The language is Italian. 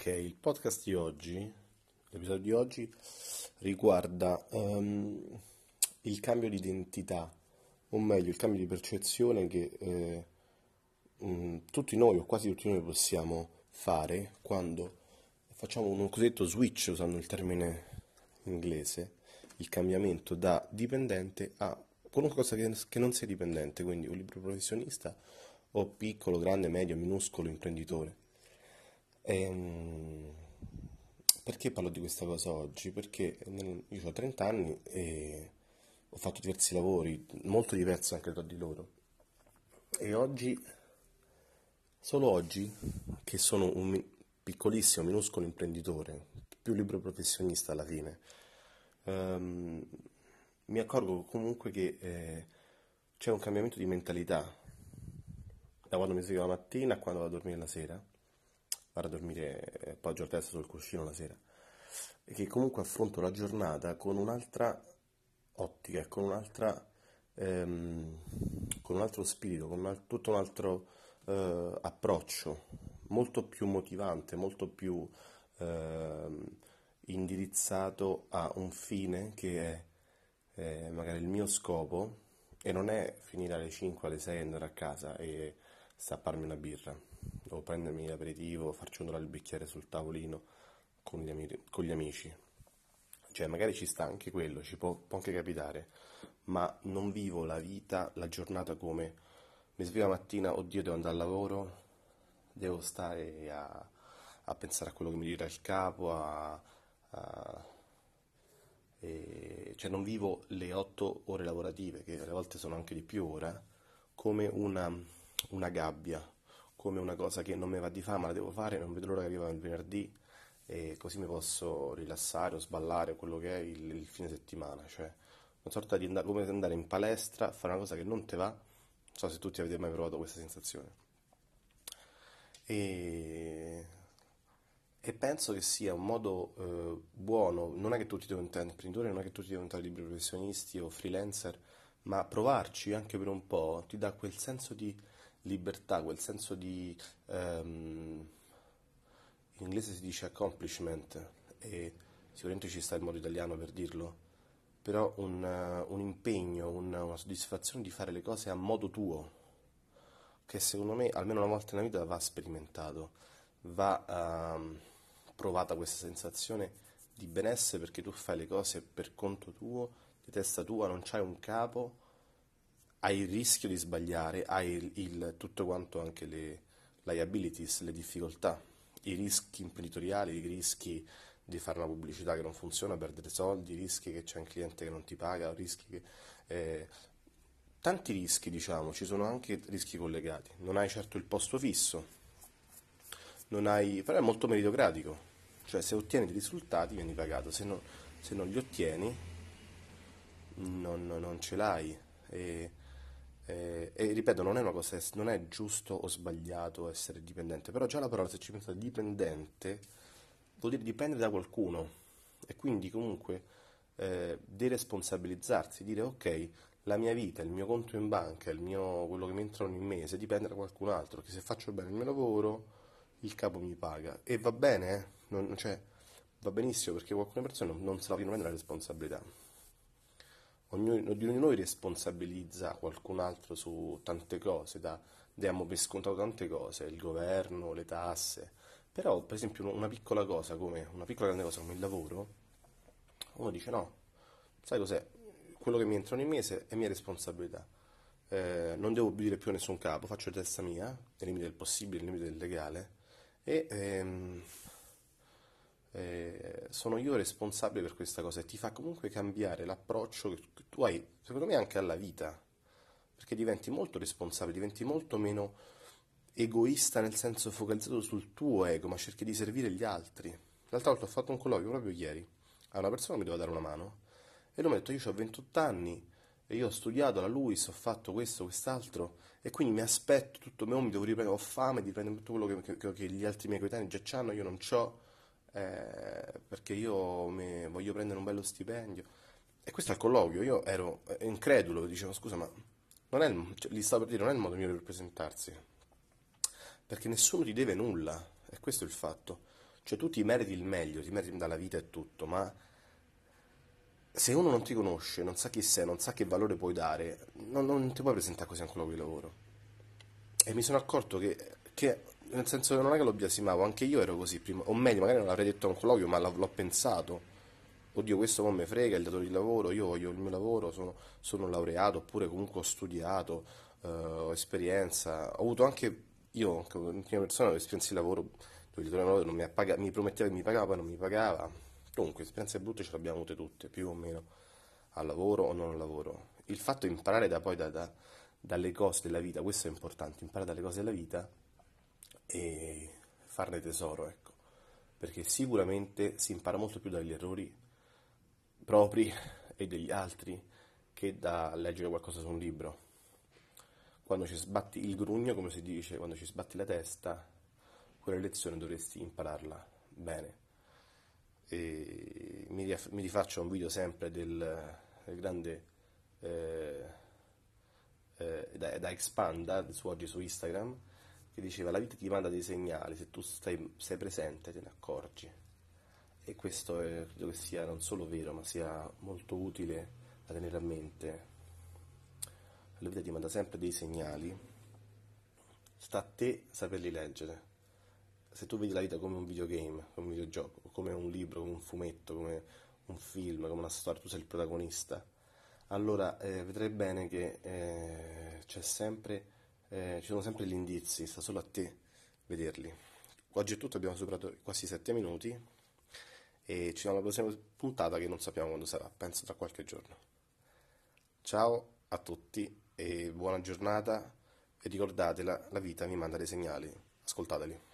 Ok, il podcast di oggi, l'episodio di oggi riguarda il cambio di identità, o meglio il cambio di percezione che tutti noi, o quasi tutti noi, possiamo fare quando facciamo un cosiddetto switch, usando il termine inglese, il cambiamento da dipendente a qualunque cosa che non sia dipendente, quindi un libero professionista o piccolo, grande, medio, minuscolo imprenditore. Ehm, Perché parlo di questa cosa oggi? Perché io ho 30 anni e ho fatto diversi lavori, molto diversi anche tra di loro. E oggi, solo oggi, che sono un piccolissimo, minuscolo imprenditore, più libero professionista alla fine, ehm, mi accorgo comunque che c'è un cambiamento di mentalità da quando mi sveglio la mattina a quando vado a dormire la sera. Vado a dormire, appoggio la testa sul cuscino la sera. E che comunque affronto la giornata con un'altra ottica, e ehm, con un altro spirito, con tutto un altro approccio, molto più motivante, molto più ehm, indirizzato a un fine che è magari il mio scopo, e non è finire alle 5, alle 6 e andare a casa e stapparmi una birra o prendermi l'aperitivo, far ciondolare il bicchiere sul tavolino con gli amici. Cioè, magari ci sta anche quello, può anche capitare, ma non vivo la vita, la giornata come mi sveglio la mattina, oddio, devo andare al lavoro, devo stare a pensare a quello che mi dirà il capo, a- cioè non vivo le 8 ore lavorative, che alle volte sono anche di più ora, come una gabbia, come una cosa che non mi va di fare, ma la devo fare, non vedo l'ora che arriva il venerdì e così mi posso rilassare o sballare o quello che è il fine settimana, cioè una sorta di come andare in palestra a fare una cosa che non ti va, non so se tutti avete mai provato questa sensazione. E, e penso che sia un modo buono, non è che tutti devono diventare imprenditori, non è che tutti devono diventare liberi professionisti o freelancer, ma provarci anche per un po' ti dà quel senso di libertà, quel senso di, in inglese si dice accomplishment, e sicuramente ci sta il modo italiano per dirlo, però un impegno, una soddisfazione di fare le cose a modo tuo, che secondo me almeno una volta nella vita va sperimentato, va provata questa sensazione di benessere perché tu fai le cose per conto tuo, di testa tua, non c'hai un capo, hai il rischio di sbagliare, hai tutto quanto anche le liabilities, le difficoltà, i rischi imprenditoriali, i rischi di fare una pubblicità che non funziona, perdere soldi, i rischi che c'è un cliente che non ti paga, rischi che, eh, tanti rischi, diciamo, ci sono anche rischi collegati. Non hai certo il posto fisso, non hai, però è molto meritocratico, cioè se ottieni dei risultati vieni pagato, se non li ottieni non ce l'hai. E, e ripeto, non è una cosa, non è giusto o sbagliato essere dipendente, però già la parola, se ci pensate, dipendente, vuol dire dipendere da qualcuno e quindi comunque deresponsabilizzarsi, dire ok, la mia vita, il mio conto in banca, quello che mi entra ogni mese dipende da qualcun altro, che se faccio bene il mio lavoro il capo mi paga e va bene, cioè, va benissimo perché alcune persone non se la vogliono prendere la responsabilità. Ognuno di noi responsabilizza qualcun altro su tante cose, diamo per scontato tante cose, il governo, le tasse, però per esempio una piccola cosa come, una piccola grande cosa come il lavoro, uno dice no, sai cos'è? Quello che mi entra ogni mese è mia responsabilità. Non devo obbedire più a nessun capo, faccio di testa mia, nei limiti del possibile, nei limiti del legale, e sono io responsabile per questa cosa e ti fa comunque cambiare l'approccio che tu hai, secondo me, anche alla vita, perché diventi molto responsabile, diventi molto meno egoista nel senso focalizzato sul tuo ego, ma cerchi di servire gli altri. L'altra volta ho fatto un colloquio proprio ieri a una persona che mi doveva dare una mano e lui mi ha detto io ho 28 anni e io ho studiato alla LUIS, ho fatto questo, quest'altro e quindi mi aspetto tutto, mi devo riprendere, ho fame di prendere tutto quello che gli altri miei coetanei già hanno, io non c'ho, perché io voglio prendere un bello stipendio. E questo è il colloquio, io ero incredulo, dicevo scusa ma non è cioè, gli stavo per dire non è il modo mio per presentarsi, perché nessuno ti deve nulla, e questo è il fatto. Cioè tu ti meriti il meglio, ti meriti dalla vita e tutto, ma se uno non ti conosce, non sa chi sei, non sa che valore puoi dare, non ti puoi presentare così a un colloquio di lavoro. E mi sono accorto nel senso che non è che lo biasimavo, anche io ero così prima, o meglio, magari non l'avrei detto a un colloquio, ma l'ho pensato. Oddio, questo non mi frega, il datore di lavoro, io voglio il mio lavoro, sono laureato, oppure comunque ho studiato, ho esperienza. Ho avuto anche io, anche in prima persona, esperienze di lavoro dove il datore di lavoro non mi prometteva che mi pagava, poi non mi pagava. Comunque, esperienze brutte ce le abbiamo avute tutte, più o meno, al lavoro o non al lavoro. Il fatto di imparare dalle cose della vita, questo è importante, imparare dalle cose della vita e farne tesoro, ecco, perché sicuramente si impara molto più dagli errori propri e degli altri che da leggere qualcosa su un libro. Quando ci sbatti il grugno, come si dice, quando ci sbatti la testa, quella lezione dovresti impararla bene. E mi rifaccio a un video sempre del grande eh, da Expanda su oggi su Instagram, che diceva la vita ti manda dei segnali, se tu sei presente te ne accorgi. E questo credo che sia non solo vero, ma sia molto utile da tenere a mente. La vita ti manda sempre dei segnali, sta a te saperli leggere. Se tu vedi la vita come un videogame, come un videogioco, come un libro, come un fumetto, come un film, come una storia, tu sei il protagonista, allora vedrai bene che ci sono sempre gli indizi, sta solo a te vederli. Oggi è tutto, abbiamo superato quasi 7 minuti e ci vediamo alla prossima puntata che non sappiamo quando sarà, penso tra qualche giorno. Ciao a tutti e buona giornata e ricordate, la vita vi manda dei segnali, ascoltateli.